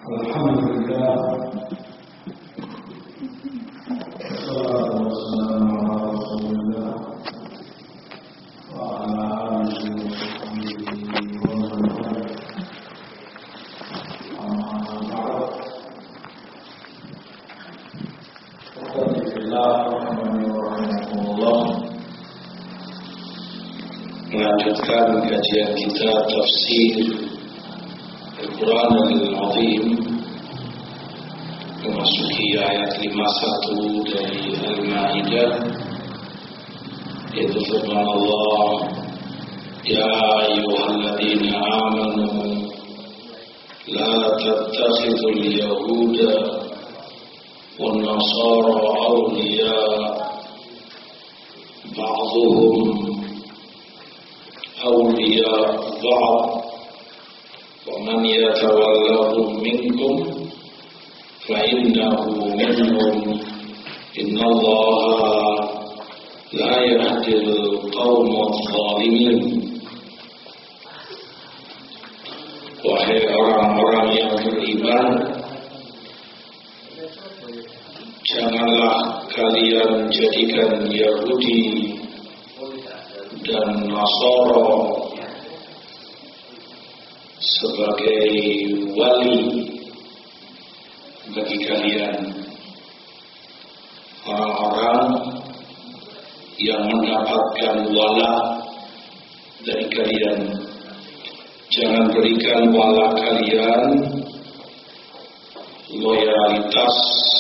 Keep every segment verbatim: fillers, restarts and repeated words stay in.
الحمد لله والصلاة والسلام على رسول الله وعلى آله وصحبه ومن والاه أما بعد فقد في الله الرحمن الرحيم الله melanjutkan kajian kita tafsir Al-Quran Al-Azim memasuki ayat lima puluh satu dari Al-Ma'idah, yaitu firman Allah, Ya ayyuhalladzina amanu la tattakhidul yahuda wan nasara awliya ba'dhuhum awliya ba'd wa man yatawallahum minkum fa innahu minhum innallaha la yahdil qawmal zalimin. Wahai orang-orang yang beriman, janganlah kalian jadikan Yahudi dan Nasara sebagai wali bagi kalian, orang-orang yang mendapatkan wala dari kalian. Jangan berikan wala kalian loyalitas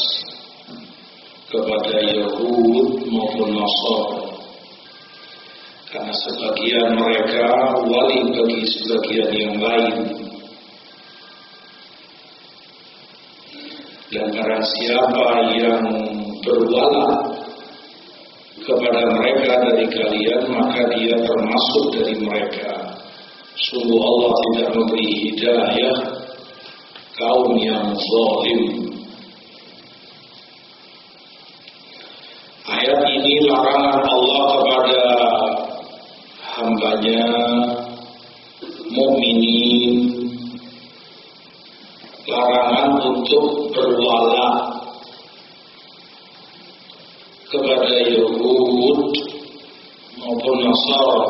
kepada Yahud maupun Nasara, karena sebagian mereka wali bagi sebagian yang lain. Dan barang siapa yang berwala kepada mereka dari kalian, maka dia termasuk dari mereka. Sungguh Allah tidak memberi hidayah kaum yang zalim. Ayat ini larangan Allah kepada hambanya mukminin, larangan untuk berwala kepada Yahud maupun Nasara,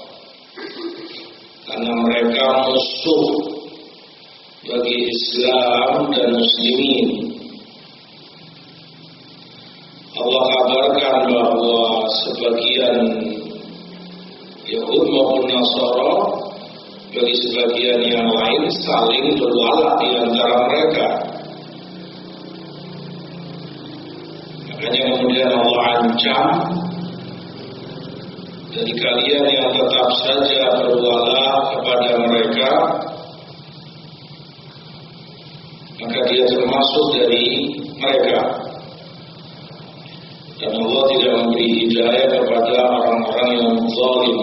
karena mereka musuh bagi Islam dan Muslimin. Allah kabarkan bahwa sebagian Yahud maupun Nasara bagi sebagian yang lain saling berwala di antara mereka. Makanya kemudian Allah ancam, dari kalian yang tetap saja berwala kepada mereka, maka dia termasuk dari mereka. Dan Allah tidak memberi hidayah kepada orang-orang yang zalim.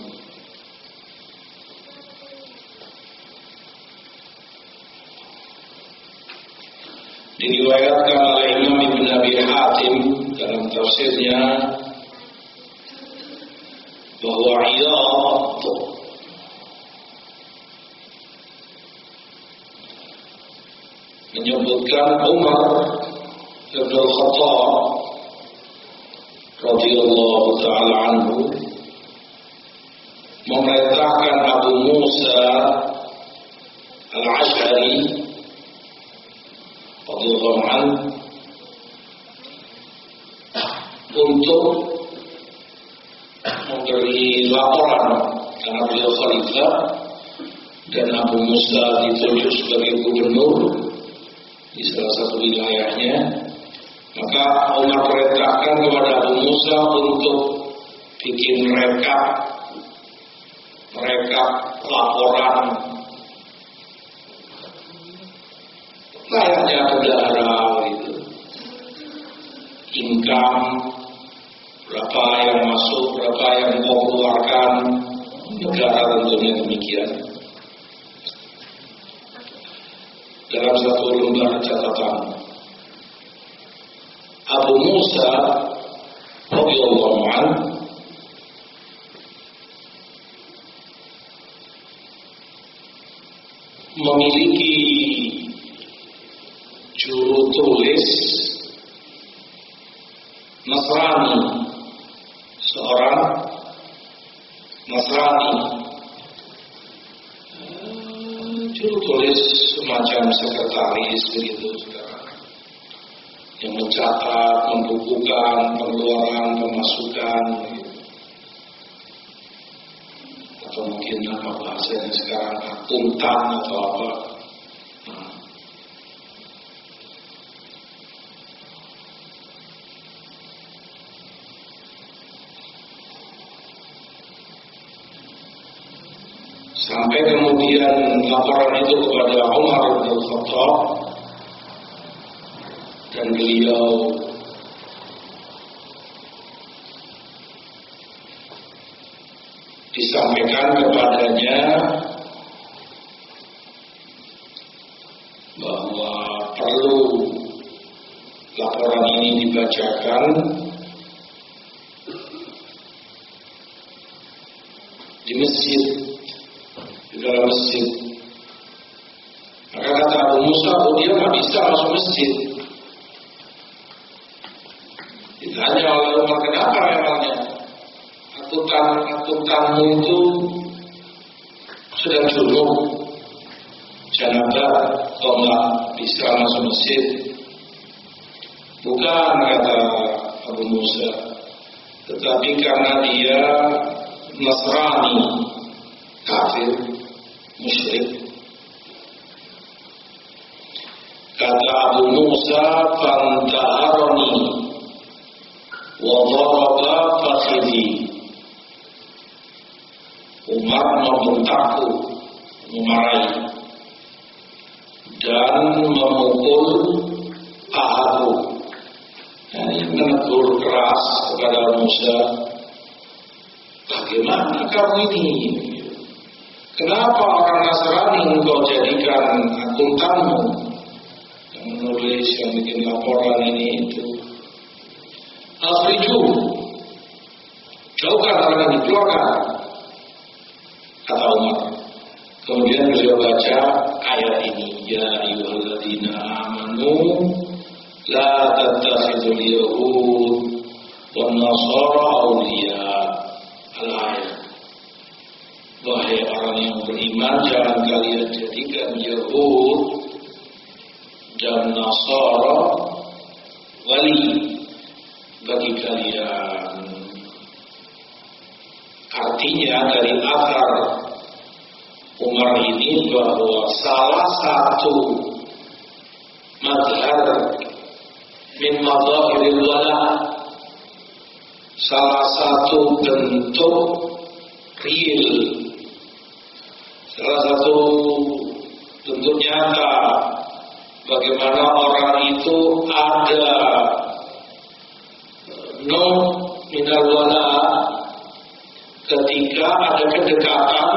Diriwayatkan oleh Imam Ibn Abi Hatim dalam tafsirnya bahwa Iyad menyebutkan Umar bin Khattab radhiyallahu ta'ala anhu memerintahkan Abu Musa Al-Ash'ari radhiyallahu anhu untuk memberi laporan, karena beliau khalifah dan Abu Musa ditunjuk sebagai gubernur di salah satu wilayahnya. Maka Umar perintahkan kepada Abu Musa untuk bikin rekap rekap laporan layaknya bendahara itu, income berapa yang masuk, berapa yang mau keluarkan negara, tentunya demikian, dalam satu lembar catatan. Abu Musa radhiyallahu anhu memiliki tulis Nasrani, seorang Nasrani, juru tulis semacam sekretaris begitu sekarang, yang mencatat, membukukan pengeluaran, pemasukan, atau mungkin apa bahasanya sekarang, akuntan atau apa. Nah. Sampai kemudian laporan itu kepada Umar bin Khattab, dan beliau disampaikan kepadanya bahwa perlu laporan ini dibacakan di masjid, di dalam masjid. Maka kata Abu Musa, oh dia nggak bisa masuk masjid. Ditanya oleh Umar, kenapa memangnya? Akuntan-akuntanmu itu sedang junub, janabah, kok nggak bisa masuk masjid? Bukan, kata Abu Musa, tetapi karena dia Nasrani, kafir, musyrik. Kata Abu Musa, fantaharani wa dharaba fakhidhi. Umar membentakku, memarahi, dan memukul pahaku. Ini menegur keras kepada Musa. Bagaimana kamu ini? Kenapa orang Nasrani engkau jadikan akuntanmu yang menulis, yang bikin laporan ini itu? Akhriju, jauhkan orang ini, keluarkan, kata Umar. Kemudian beliau baca ayat ini, ya ayyuhalladzina amanu la tattakhidul yahud wan nasara awliya. Al-ayat. Wahai orang yang beriman, jangan kalian jadikan Yahud dan Nasara wali bagi kalian. Artinya dari athar Umar ini bahwa salah satu mazhar min madzahiril wala, salah satu bentuk real, salah satu bentuk nyata bagaimana orang itu ada no minal wala ketika ada kedekatan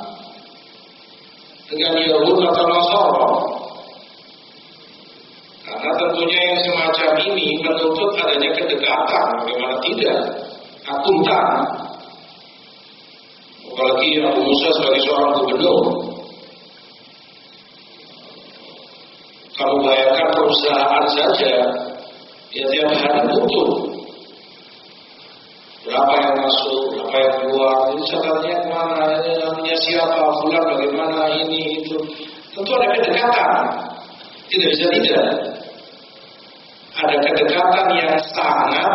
dengan Yahud atau Nasara. Karena tentunya yang semacam ini menuntut adanya kedekatan, bagaimana tidak, akuntan. Apalagi Abu Musa sebagai seorang gubernur. Kamu bayangkan perusahaan saja, ya tiap hari butuh. Berapa yang masuk, berapa yang keluar, ini catatannya kemana, ini namanya siapa, bulan bagaimana, ini, itu. Tentu ada kedekatan. Tidak bisa tidak. Ada kedekatan yang sangat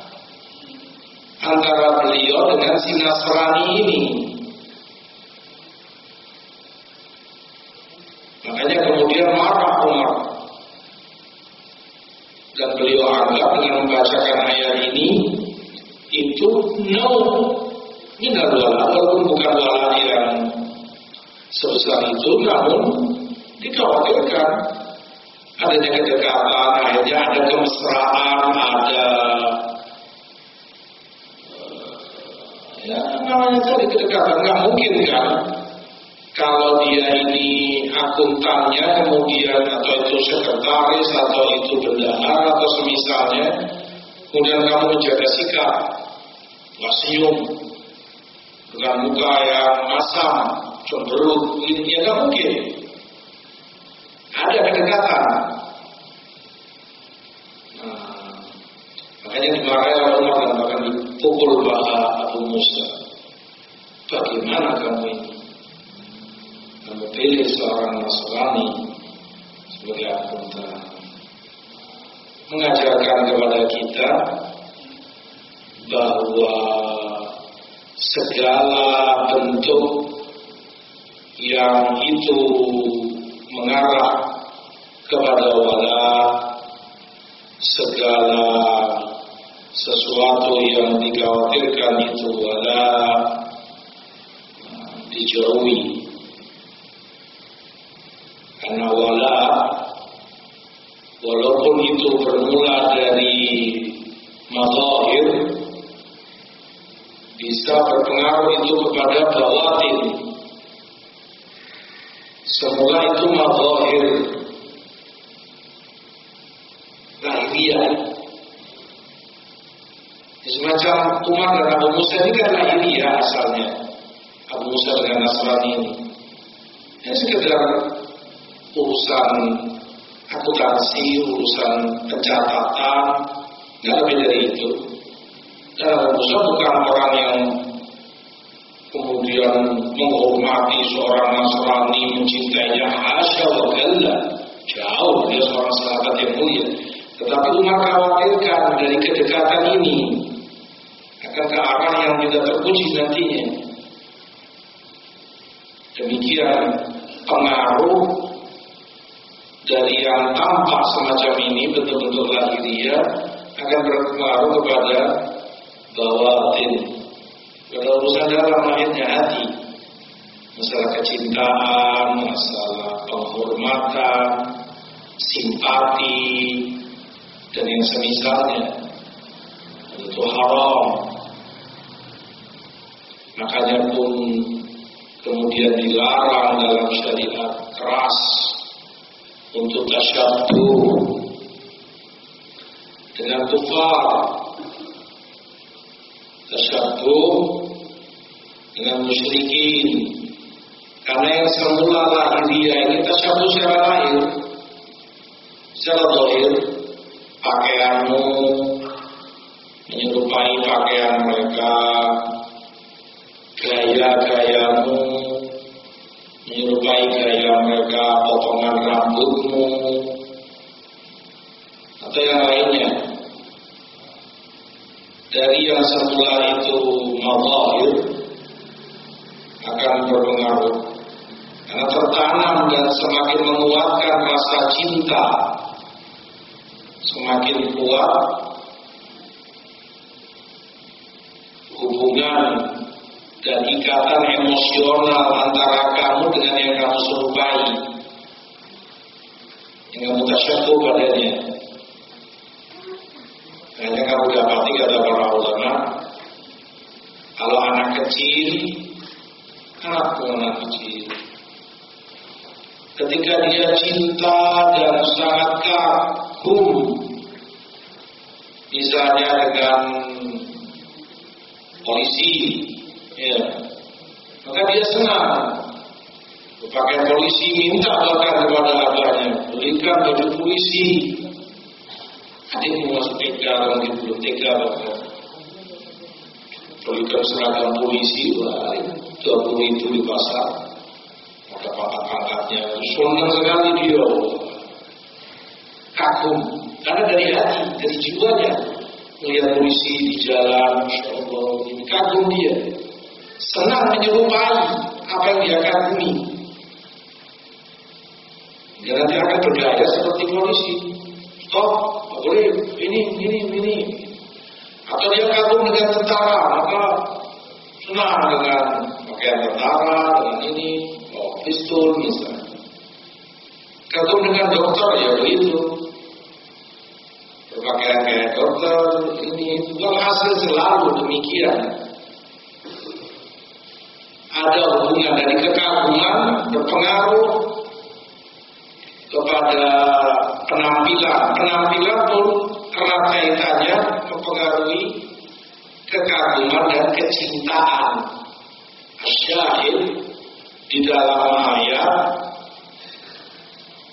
antara beliau dengan si Nasrani ini. Makanya kemudian marah Umar, dan beliau anggap dengan membacakan ayat ini itu no minal wala, walaupun bukan wala yang sebesar itu, namun dikhawatirkan adanya kedekatan, akhirnya ada kemesraan, ada ya namanya tadi kedekatan. Nggak mungkin kan kalau dia ini akuntannya kemudian atau itu sekretaris atau itu bendahara atau semisalnya, kemudian kamu menjaga sikap, nggak senyum dengan muka yang masam, cemberut, ini nggak mungkin. Ada kedekatan. dimarahi oleh Umar dan bahkan dipukul paha Abu Musa. Bagaimana kamu ini? Kamu pilih seorang Nasrani sebagai akuntan, mengajarkan kepada kita bahwa segala bentuk yang itu mengarah kepada wala, segala sesuatu yang dikhawatirkan itu wala, dijauhi. Karena wala, walaupun itu bermula dari mazahir, bisa berpengaruh itu kepada bawatin. Semula itu mazahir, lahiriah. Semacam Umar dan Abu Musa ini kan lahiriah asalnya. Abu Musa dengan Nasrani ini. Ini sekedar urusan akuntansi, urusan pencatatan, nggak lebih dari itu. Dan Abu Musa bukan orang yang kemudian menghormati seorang Nasrani, mencintainya, hasya wa kalla. Jauh, dia seorang sahabat yang mulia. Tetapi Umar khawatirkan dari kedekatan ini akan ke arah yang tidak terpuji nantinya. Demikian pengaruh dari yang tampak semacam ini, bentuk-bentuk lahiriah, akan berpengaruh kepada bawatin, pada urusan dalam lahirnya hati, masalah kecintaan, masalah penghormatan, simpati, dan yang semisalnya. Itu haram. Makanya pun kemudian dilarang dalam syariat keras untuk tasyabbuh dengan kufar, tasyabbuh dengan musyrikin. Karena yang semula lahiriah ini tasyabbuh secara lahir, secara zahir, pakaianmu menyerupai pakaian mereka, gaya-gayamu menyerupai gaya mereka, potongan rambutmu, atau yang lainnya. Dari yang semula itu mazahir akan berpengaruh, karena tertanam dan semakin menguatkan rasa cinta, semakin kuat hubungan dan ikatan emosional antara kamu dengan yang kamu serupai, yang kamu tasyabbuh padanya. Hanya kamu dapati, kata para ulama, kalau anak kecil, anakku anak kecil, ketika dia cinta dan sangat kagum, misalnya dengan polisi, ya, maka dia senang. Pakaian polisi, minta bahkan kepada abahnya, belikan baju polisi. Adikmu masuk T K, mungkin belum T K bahkan. Belikan seragam polisi, wah, dua puluh ribu di pasar. Maka pangkat-pangkatnya, senang sekali dia. Kagum, karena dari hati, dari jiwanya. Melihat polisi di jalan, Masya Allah, ini kagum dia. Senang menyerupai apa yang dia kagumi. Dia nanti akan bergaya seperti polisi. Stop, nggak boleh, ini, ini, ini. Atau dia kagum dengan tentara, maka senang dengan pakaian tentara, dengan ini, oh, pistol misalnya. Kagum dengan dokter, ya begitu. Berpakaian kayak dokter, ini, hasil selalu demikian. Ada hubungan dari kekaguman berpengaruh kepada penampilan. Penampilan pun erat kaitannya mempengaruhi kekaguman dan kecintaan. Asyahid di dalam ayat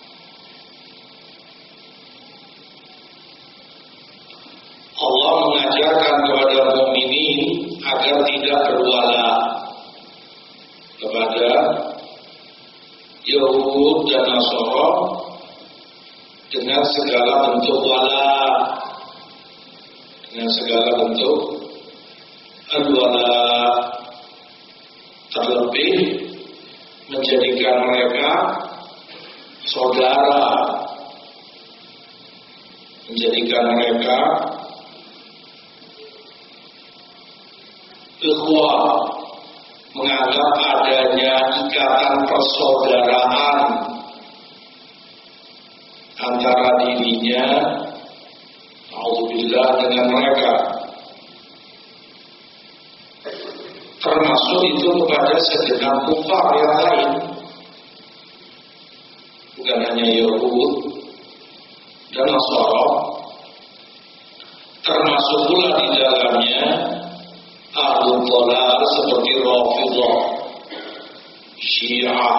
Allah mengatakan mengajarkan kepada mukminin agar tidak berwala kepada Yahud dan Nasara dengan segala bentuk wala, dengan segala bentuk al-wala, terlebih menjadikan mereka saudara, menjadikan mereka ikhwah, menganggap adanya ikatan persaudaraan antara dirinya, auzubillah, dengan mereka. Termasuk itu kepada segenap kufar yang lain, bukan hanya Yahud dan Nasara, termasuk pula di dalamnya Ahlul Dhalal seperti Rafidhah, Syiah,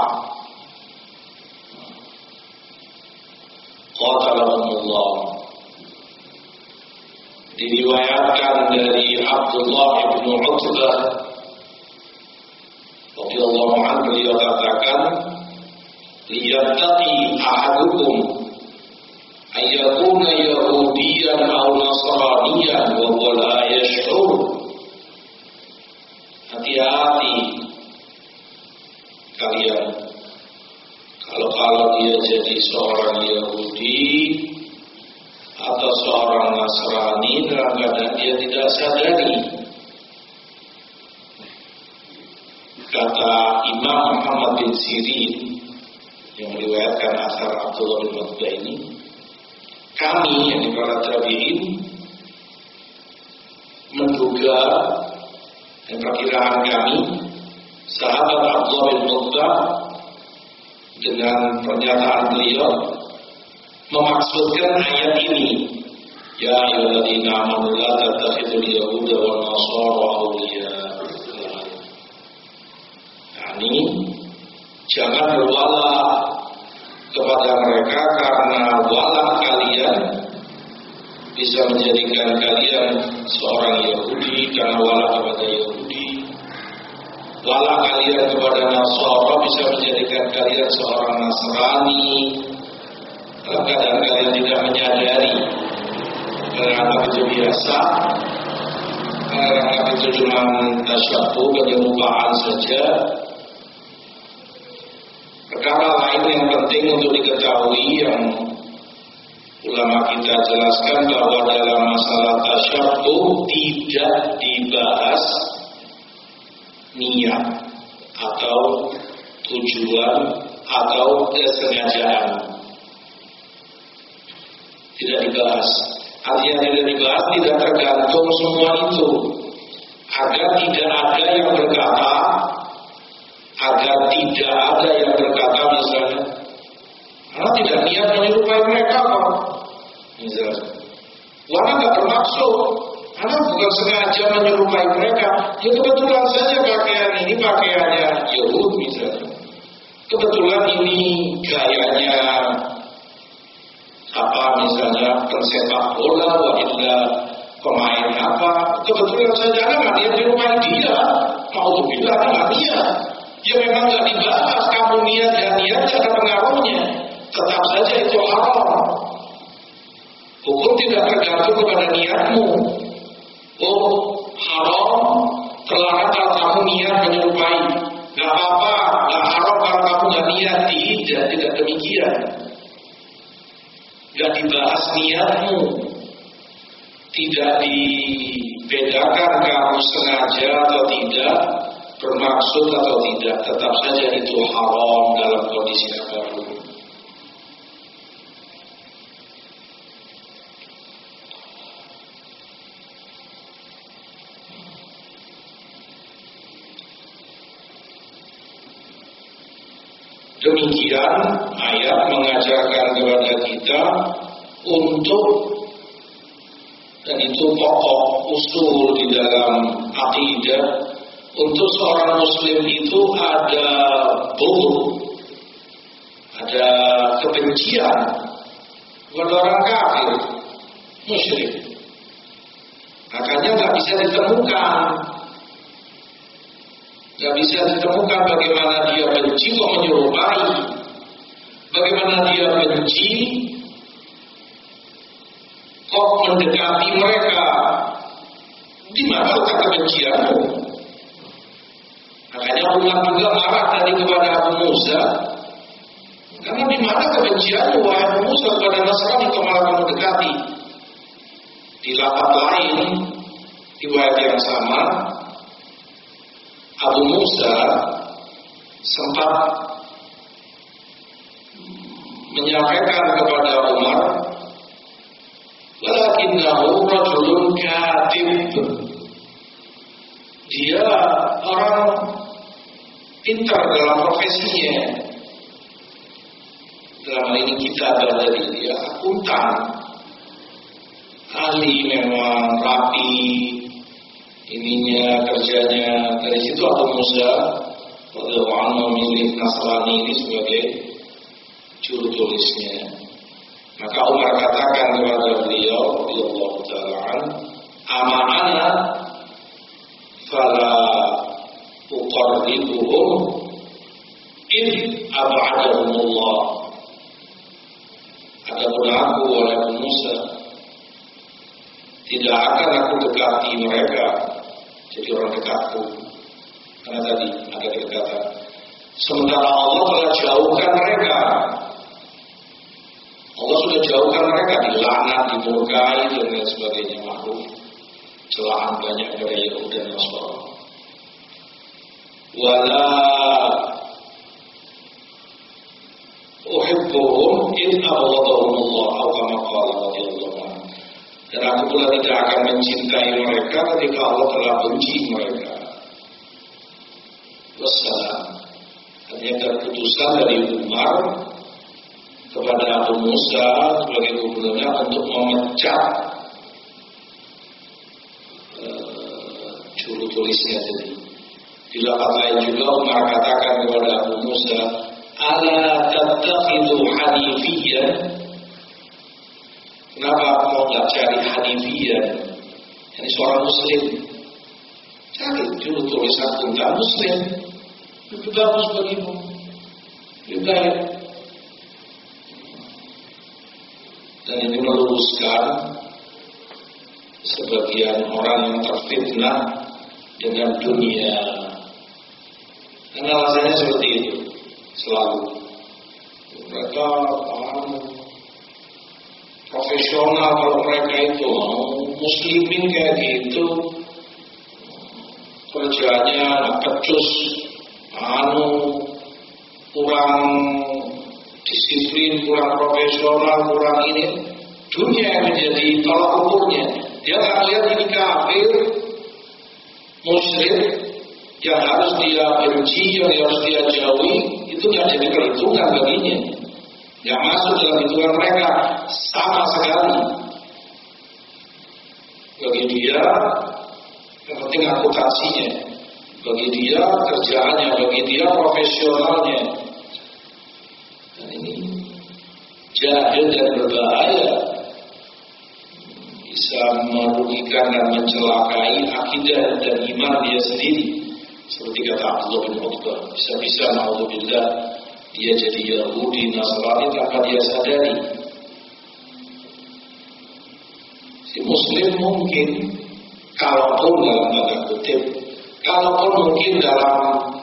qatalahumullah. Diriwayatkan dari Abdullah bin Utbah radhiyallahu anhu, beliau katakan, liyattaqi ahadukum ayyakuna yahudiyan aw nasraniyan wa huwa la yash'ur. Hati-hati kalian kalau kalau dia jadi seorang Yahudi atau seorang Nasrani dalam keadaan dia tidak sadari. Kata Imam Muhammad bin Sirin yang meriwayatkan asar Abdullah bin Utbah ini, kami yang para tabi'in menduga, dan perkiraan kami, sahabat Abdullah bin Utbah dengan pernyataan beliau memaksudkan ayat ini, ya ayyuhalladzina amanu la tattakhidul yahuda wan nasara awliya. Yani jangan berwala kepada mereka, karena wala kalian bisa menjadikan kalian seorang Yahudi, karena wala kepada Yahudi. Wala kalian kepada Nasara bisa menjadikan kalian seorang Nasrani. Dalam keadaan kalian tidak menyadari, menganggap itu biasa, menganggap itu cuma tasyabuh, penyerupaan saja. Perkara lain yang penting untuk diketahui yang ulama kita jelaskan, bahwa dalam masalah tasyabuh tidak dibahas niat atau tujuan atau kesengajaan, tidak dibahas. Artinya tidak dibahas, tidak tergantung semua itu, agar tidak ada yang berkata, agar tidak ada yang berkata misalnya, karena tidak niat menyerupai mereka kok, misalnya, wala nggak bermaksud, karena bukan sengaja menyerupai mereka, ya kebetulan saja pakaian ini pakaiannya Yahud misalnya, kebetulan ini gayanya apa misalnya pensepak bola, wajiblah pemain apa, kebetulan saja kan dia menyerupai dia, mau bilang nggak dia. Ya memang nggak dibahas, kamu niat dan niat ada pengaruhnya, tetap saja itu haram. Hukum tidak tergantung kepada niatmu. Oh haram, terlarang kalau kamu niat menyerupai. Nggak apa-apa, nggak haram kalau kamu nggak niat. Tidak, tidak demikian. Nggak dibahas niatmu. Tidak dibedakan kamu sengaja atau tidak, bermaksud atau tidak, tetap saja itu haram dalam kondisi apapun. Demikian ayat mengajarkan kepada kita untuk, dan itu pokok usul di dalam akidah, untuk seorang muslim itu ada bughd, ada kebencian kepada orang kafir, musyrik. Maka ditemukan. Gak bisa ditemukan bagaimana dia benci kok menyerupai, bagaimana dia benci kok mendekati mereka. Di mana letak kebencianmu? Makanya Umar juga marah tadi kepada Abu Musa. Karena di mana kebencianmu wahai Abu Musa kepada Nasrani kok malah kamu dekati? Di lafaz lain, riwayat yang sama, Abu Musa sempat menyampaikan kepada Umar, walakinnahu rajulun katib. Dia orang pintar dalam profesinya. Dalam hal ini kita dari dia akuntan, ahli memang, rapi ininya kerjanya. Dari situ Abu Musa radhiyallahu anhu memilih Nasrani ini sebagai juru tulisnya. Maka Umar katakan kepada beliau radhiyallahu ta'ala an, ama ana fala uqarribuhum id ab'adahumullah. Adapun aku wahai Abu Musa, tidak akan aku dekati mereka jadi orang dekatku, karena tadi ada kedekatan. Sementara Allah telah jauhkan mereka. Allah sudah jauhkan mereka, dilaknat, dimurkai dan lain sebagainya. Makhluk celaan banyak dari Yahudi dan Nasrani. Wala uhibbuhum in abghadahumullah atau kama qala radhiyallahu anhu. Dan aku pula tidak akan mencintai mereka ketika Allah telah benci mereka. Wassalam. Artinya keputusan dari Umar kepada Abu Musa sebagai gubernurnya untuk memecat uh, juru tulisnya tadi. Di lafaz lain juga Umar katakan kepada Abu Musa, ala tattakhidhu hanifiyyan. Kenapa kamu nggak cari hanifiyyan? Ini seorang muslim. Cari juru tulis akuntan muslim. Itu bagus bagimu. Lebih baik. Dan ini meluruskan sebagian orang yang terfitnah dengan dunia. Dan alasannya seperti itu selalu. Mereka paham profesional kalau mereka itu muslimin kayak gitu, kerjanya pecus, anu kurang disiplin, kurang profesional, kurang ini. Dunia yang menjadi tolak ukurnya. Dia nggak lihat ini kafir, musyrik yang harus dia benci, yang harus dia jauhi, itu nggak jadi perhitungan baginya. Yang masuk dalam hitungan mereka sama sekali. Bagi dia yang penting akuntansinya, bagi dia kerjaannya, bagi dia profesionalnya. Dan ini jahil dan berbahaya, bisa merugikan dan mencelakai akidah dan iman dia sendiri. Seperti kata Abdullah bin Utbah, bisa-bisa na'udzubillah dia jadi Yahudi, Nasrani tanpa dia sadari. Si Muslim mungkin, kalaupun dalam tanda kutip, kalaupun mungkin dalam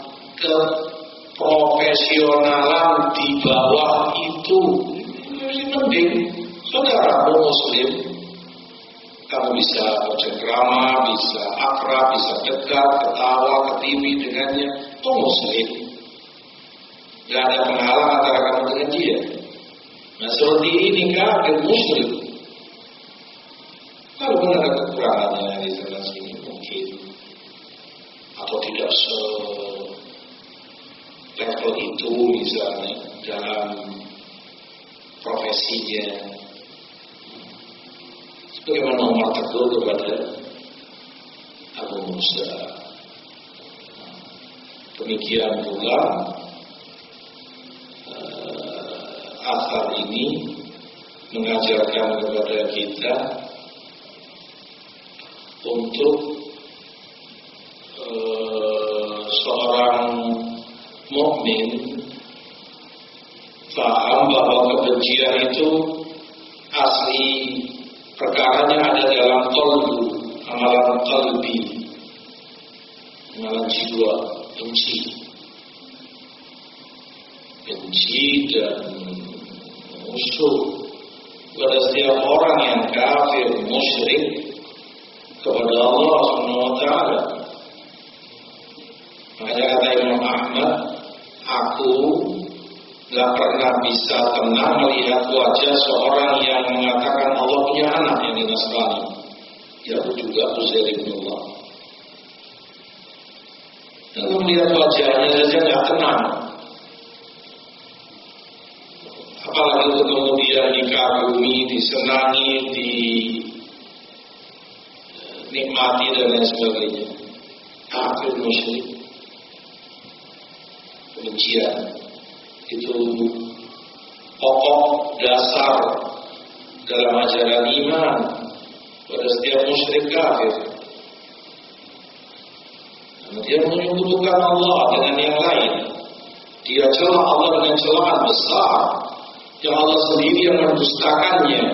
keprofesionalan di bawah itu, ini penting. Saudaramu Muslim, kamu bisa bercengkrama, bisa akrab, bisa dekat, ketawa, ketimi dengannya. Itu Muslim. Gak ada penghalang antara kamu dengan dia. Nah seperti ini kafir Muslim. Kalau pun ada kekurangannya di sana sini mungkin, atau tidak se level itu misalnya dalam profesinya. Sebagaimana Umar tegur kepada Abu Musa. Demikian pula uh, asar ini mengajarkan kepada kita untuk seorang mukmin paham bahwa kebencian itu asli perkaranya ada dalam qalbu, amalan qalbi, amalan jiwa, benci, benci dan musuh pada setiap orang yang kafir, musyrik kepada Allah Subhanahu wa taala. Makanya kata Imam Ahmad, aku gak pernah bisa tenang melihat wajah seorang yang mengatakan Allah punya anak, yang di Nasrani. Ya, aku juga Uzair bin Allah. Dan melihat wajahnya saja gak tenang. Apalagi itu kemudian dikagumi, disenangi, dinikmati dan lain sebagainya. Kafir musyrik, kebencian itu pokok dasar dalam ajaran iman pada setiap musyrik kafir. Dia menyebutkan Allah dengan yang lain. Dia celah Allah dengan celahan besar yang Allah sendiri yang mendustakannya.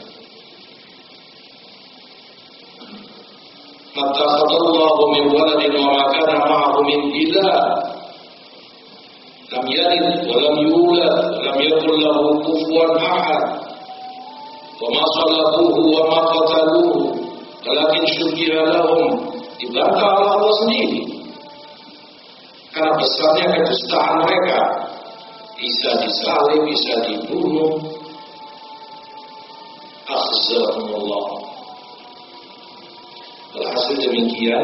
Mattakhadallahu min waladin wa ma kana ma'ahu min ilah. Lam yalid wa lam yulad wa lam yakul lahu kufuwan ahad. Wa ma salabuhu wa ma qataluhu walakin syubbiha lahum. Dibantah oleh Allah sendiri karena besarnya kedustaan mereka. Bisa disalib, bisa dibunuh. Akhzahumullah. Alhasil demikian,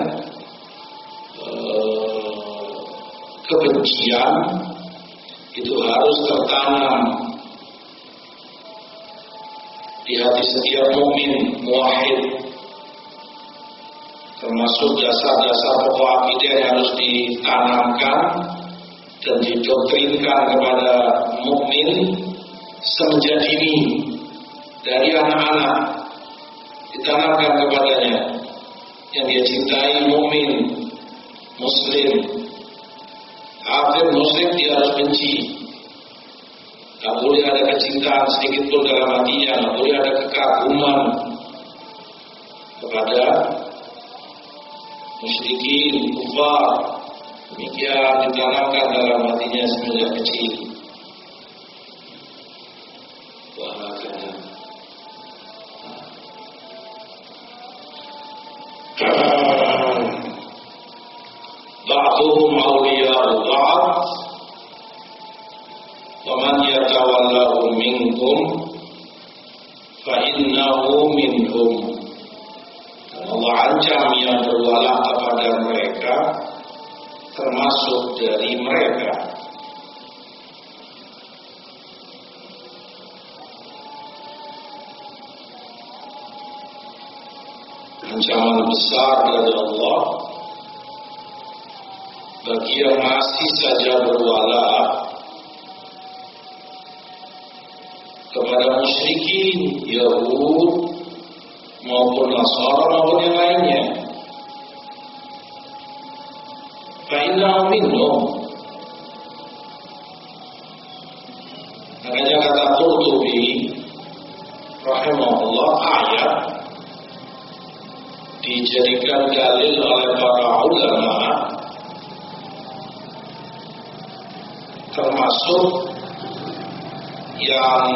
eh, kebencian itu harus tertanam di hati setiap mukmin muwahhid. Termasuk dasar-dasar pokok akidah yang harus ditanamkan dan didoktrinkan kepada mukmin semenjak dini dari anak-anak, ditanamkan kepadanya yang dia cintai mukmin muslim. Kafir muslim dia harus benci. Tak boleh ada kecintaan sedikit pun dalam hatinya, tak boleh ada kekaguman kepada musyrikin, kufar. Demikian ditanamkan dalam hatinya semenjak kecil. Wahakana. Ba'duhum awliya'u ba'd wa man yatawallahu minkum fa innahu minhum. Allah ancam yang berwala kepada mereka termasuk dari mereka. Ancaman besar dari Allah bagi yang masih saja berwala kepada musyrikin, Yahud maupun Nasara maupun yang lainnya. Fa'innahu minhum. Makanya kata Qurtubi rahimahullah, ayat dijadikan dalil oleh para ulama termasuk yang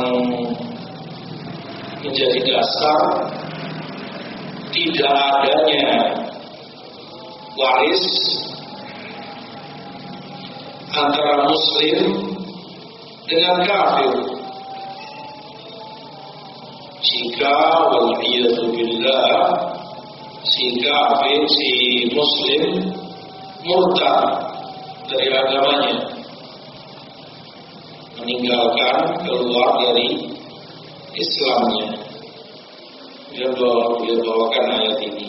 menjadi dasar tidak adanya waris antara muslim dengan kafir jika wal'iyadu billah si kafir, si muslim murtad dari agamanya, meninggalkan, keluar dari Islamnya. Dia bawa, dia bawakan ayat ini.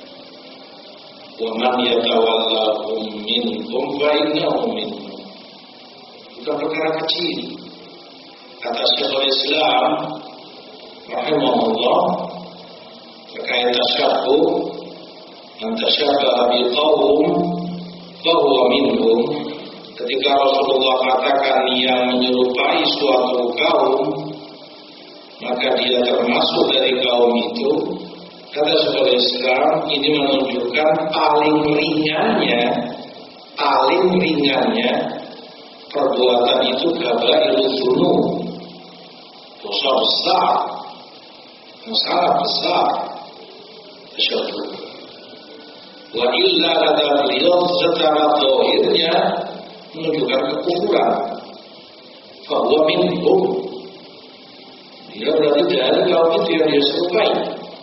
Wa man yatawallahum minkum fa innahum minhum. Bukan perkara kecil. Kata Syekhul Islam rahimahullah terkait tasyabbuh, man tasyabbaha biqaum bahwa minhum, ketika Rasulullah katakan yang menyerupai suatu kaum, maka dia termasuk dari kaum itu. Kata Syekhul Islam, ini menunjukkan paling ringannya, paling ringannya perbuatan itu kabairul dzunub, dosa besar, sangat besar. Asyhadu wa illa kata beliau secara zahirnya menunjukkan kekufuran. Bahwa minhum, dia berarti dari kaum itu yang dia serupai.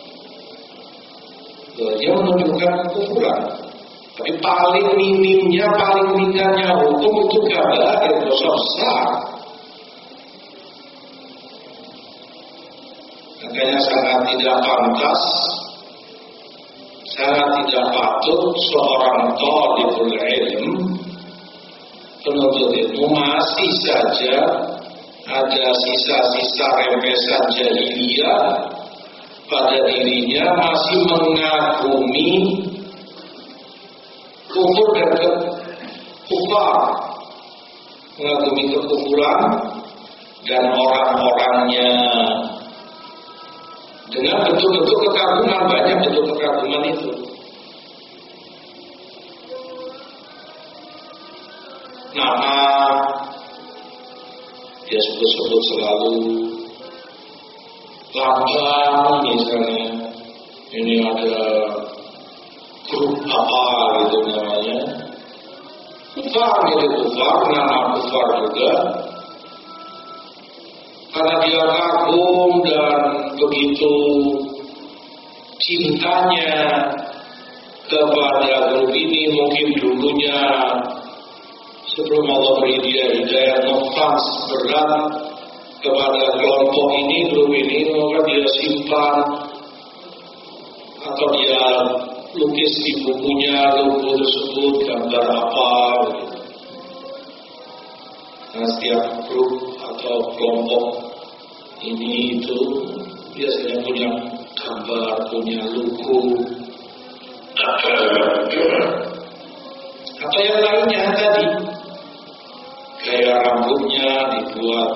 Dia menunjukkan kekufuran. Tapi paling minimnya, paling ringannya hukum itu kabair, dosa besar. Makanya sangat tidak pantas, sangat tidak patut seorang thalibul ilm, penuntut ilmu masih saja ada sisa-sisa rembesan jahiliyah pada dirinya, masih mengagumi kufur dan kufar, mengagumi kekufuran dan orang-orangnya dengan bentuk-bentuk kekaguman. Banyak bentuk kekaguman itu. Nama dia sebut-sebut selalu, lambang misalnya, ini ada grup apa gitu namanya, kufar, milik kufar, nama kufar juga, karena dia kagum dan begitu cintanya kepada grup ini. Mungkin dulunya sebelum Allah beri dia hidayah, ngefans berat kepada kelompok ini, grup ini, maka dia simpan atau dia lukis di bukunya logo tersebut, gambar apa gitu. Nah, setiap grup atau kelompok ini itu biasanya punya gambar, punya logo atau yang lainnya tadi, gaya rambutnya dibuat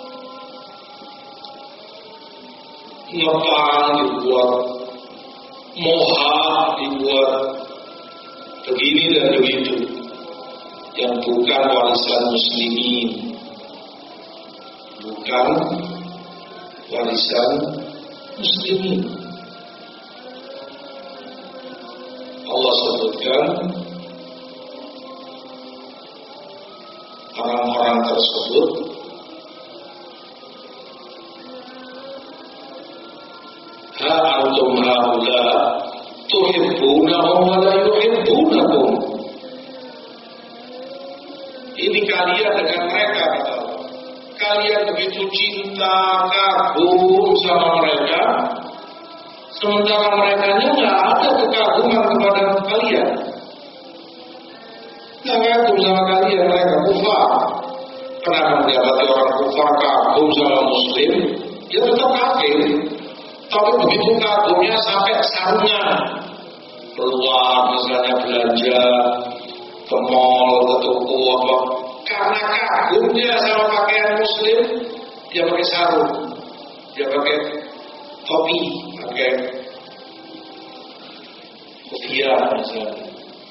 ngepang, dibuat moha, dibuat begini dan begitu, yang bukan warisan muslimin, bukan warisan muslimin. Allah sebutkan orang-orang tersebut ha antum haula tuhibbunahum wa la yuhibbunakum. Ini kalian dengan mereka, kata Allah. Kalian begitu cinta, kagum sama mereka, sementara mereka nggak ada kekaguman kepada kalian. Nggak kagum sama kalian, mereka kufar. Pernah mendapati orang kufar kagum sama muslim, dia tetap kafir. Tapi begitu kagumnya sampai sarungnya, keluar misalnya belanja ke mall, ke toko apa, karena kagumnya sama pakaian muslim, dia pakai sarung, dia pakai topi, pakai kopiah misalnya.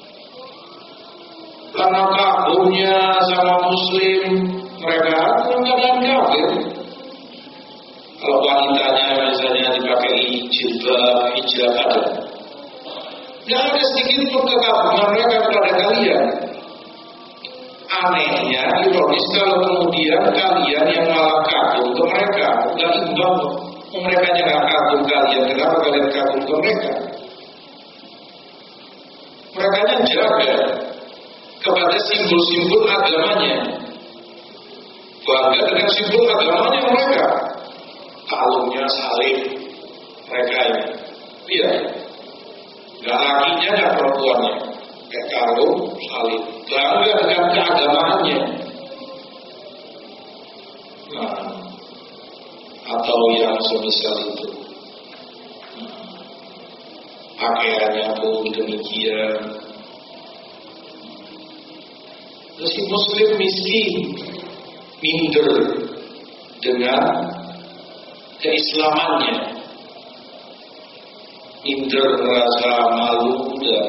Karena kagumnya sama muslim, mereka kadang-kadang kafir. Kalau wanitanya misalnya dipakai jilbab, hijab, ada. Tidak ada sedikit pun kekaguman mereka kepada kalian. Anehnya, ironis kalau kemudian kalian yang malah kagum ke mereka. Tidak imbang, mereka yang kagum kalian, kenapa kalian kagum ke mereka? Mereka yang jaga kepada simbol-simbol agamanya, bangga dengan simbol agamanya mereka. Kalungnya salib mereka ini, lihat, gak lakinya gak perempuannya, kayak kalung salib, bangga dengan keagamaannya. Nah, atau yang semisal itu, pakaiannya pun demikian. Si muslim miskin, minder dengan keislamannya, minder merasa malu dan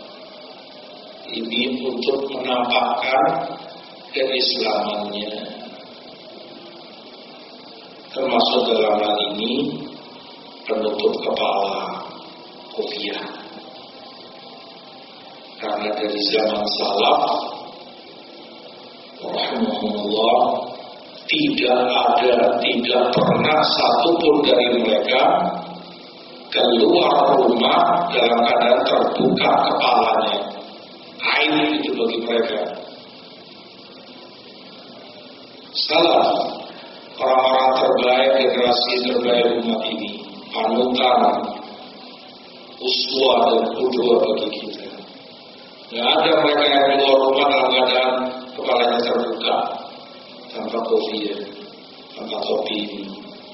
ini untuk menampakkan keislamannya, termasuk dalam hal ini penutup kepala, kopiah. Karena dari zaman salaf rahimahumullah tidak ada, tidak pernah satupun dari mereka keluar rumah dalam keadaan terbuka kepalanya. Aib itu bagi mereka. Salaf, orang-orang terbaik, generasi terbaik umat ini, panutan, uswah dan qudwah bagi kita. Tidak ada mereka yang keluar rumah dalam keadaan kepalanya terbuka, tanpa kopiah, tanpa topi ini.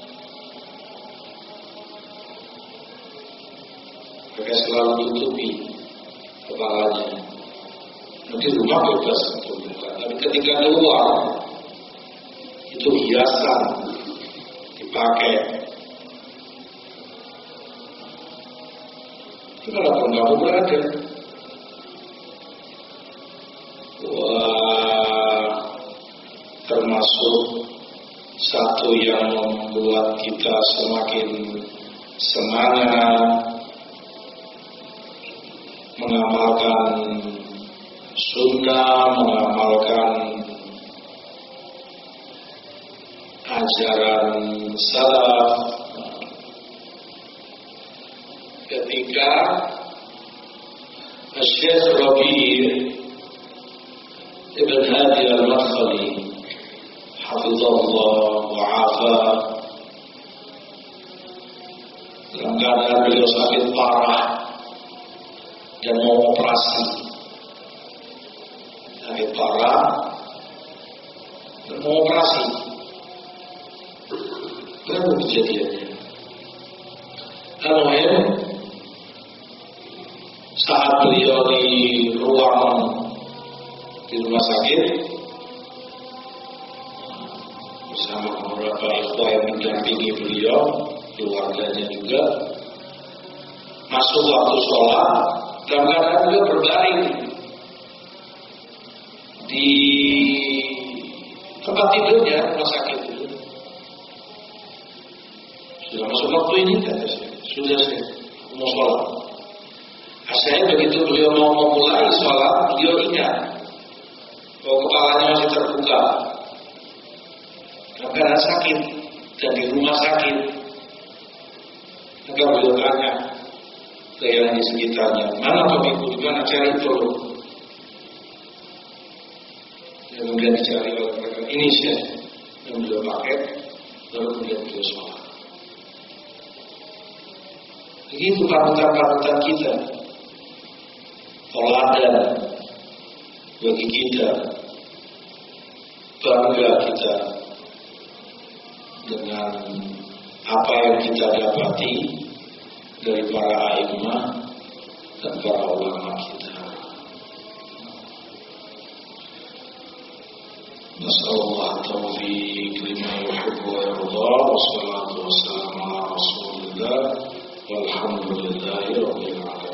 Mereka selalu tutupi kepalanya. Nanti rumah bebas terbuka, tapi ketika keluar itu hiasan dipakai. Itu kalau kamu berada, wah, termasuk satu yang membuat kita semakin semangat mengamalkan sunnah, mengamalkan ajaran salaf. Ketika Syekh Rabi' Ibn Hadi Al-Madkhali hafizahullah wa afa, dalam keadaan beliau sakit parah dan mau operasi, sakit parah dan mau operasi. Berapa kejadiannya? Al-Muhim, saat beliau di ruang di rumah sakit bersama beberapa ikhwah yang mendampingi beliau, keluarganya juga, masuk waktu sholat, dalam keadaan beliau berbaring di tempat tidurnya rumah sakit itu. Sudah masuk waktu ini, kata saya. Sudah saya mau sholat. Saya begitu beliau mau memulai sholat, beliau ingat bahwa kepalanya masih terbuka, dalam keadaan sakit dan di rumah sakit. Maka beliau tanya ke yang di sekitarnya, mana topiku, di mana, cari tolong. Kemudian dicari oleh mereka, ini saya yang beliau pakai, lalu kemudian beliau sholat. Begitu panutan-panutan kita, teladan bagi kita, bangga kita dengan apa yang kita dapati dari para a'immah dan para ulama kita. Nasallallahu taufiq lima yuhibbu wa yarda, wassalatu wassalamu ala rasulillah, walhamdulillahi rabbil alamin.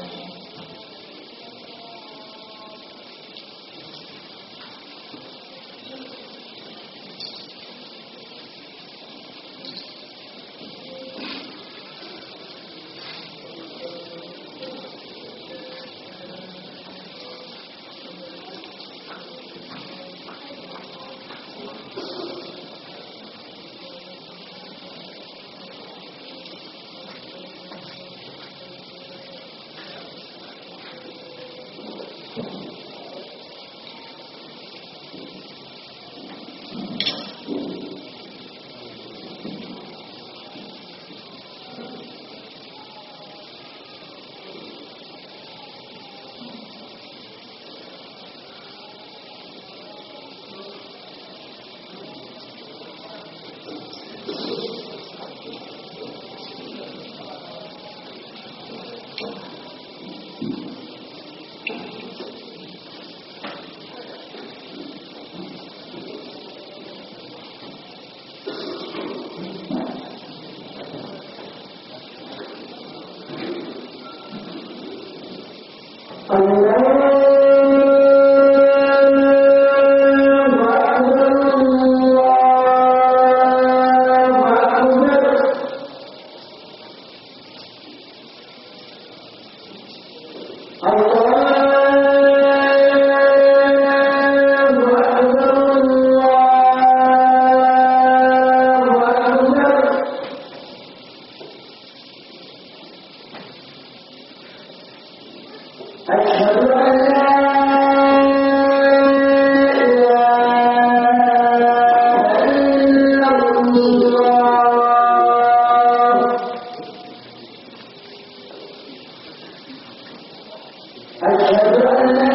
أشهد أن لا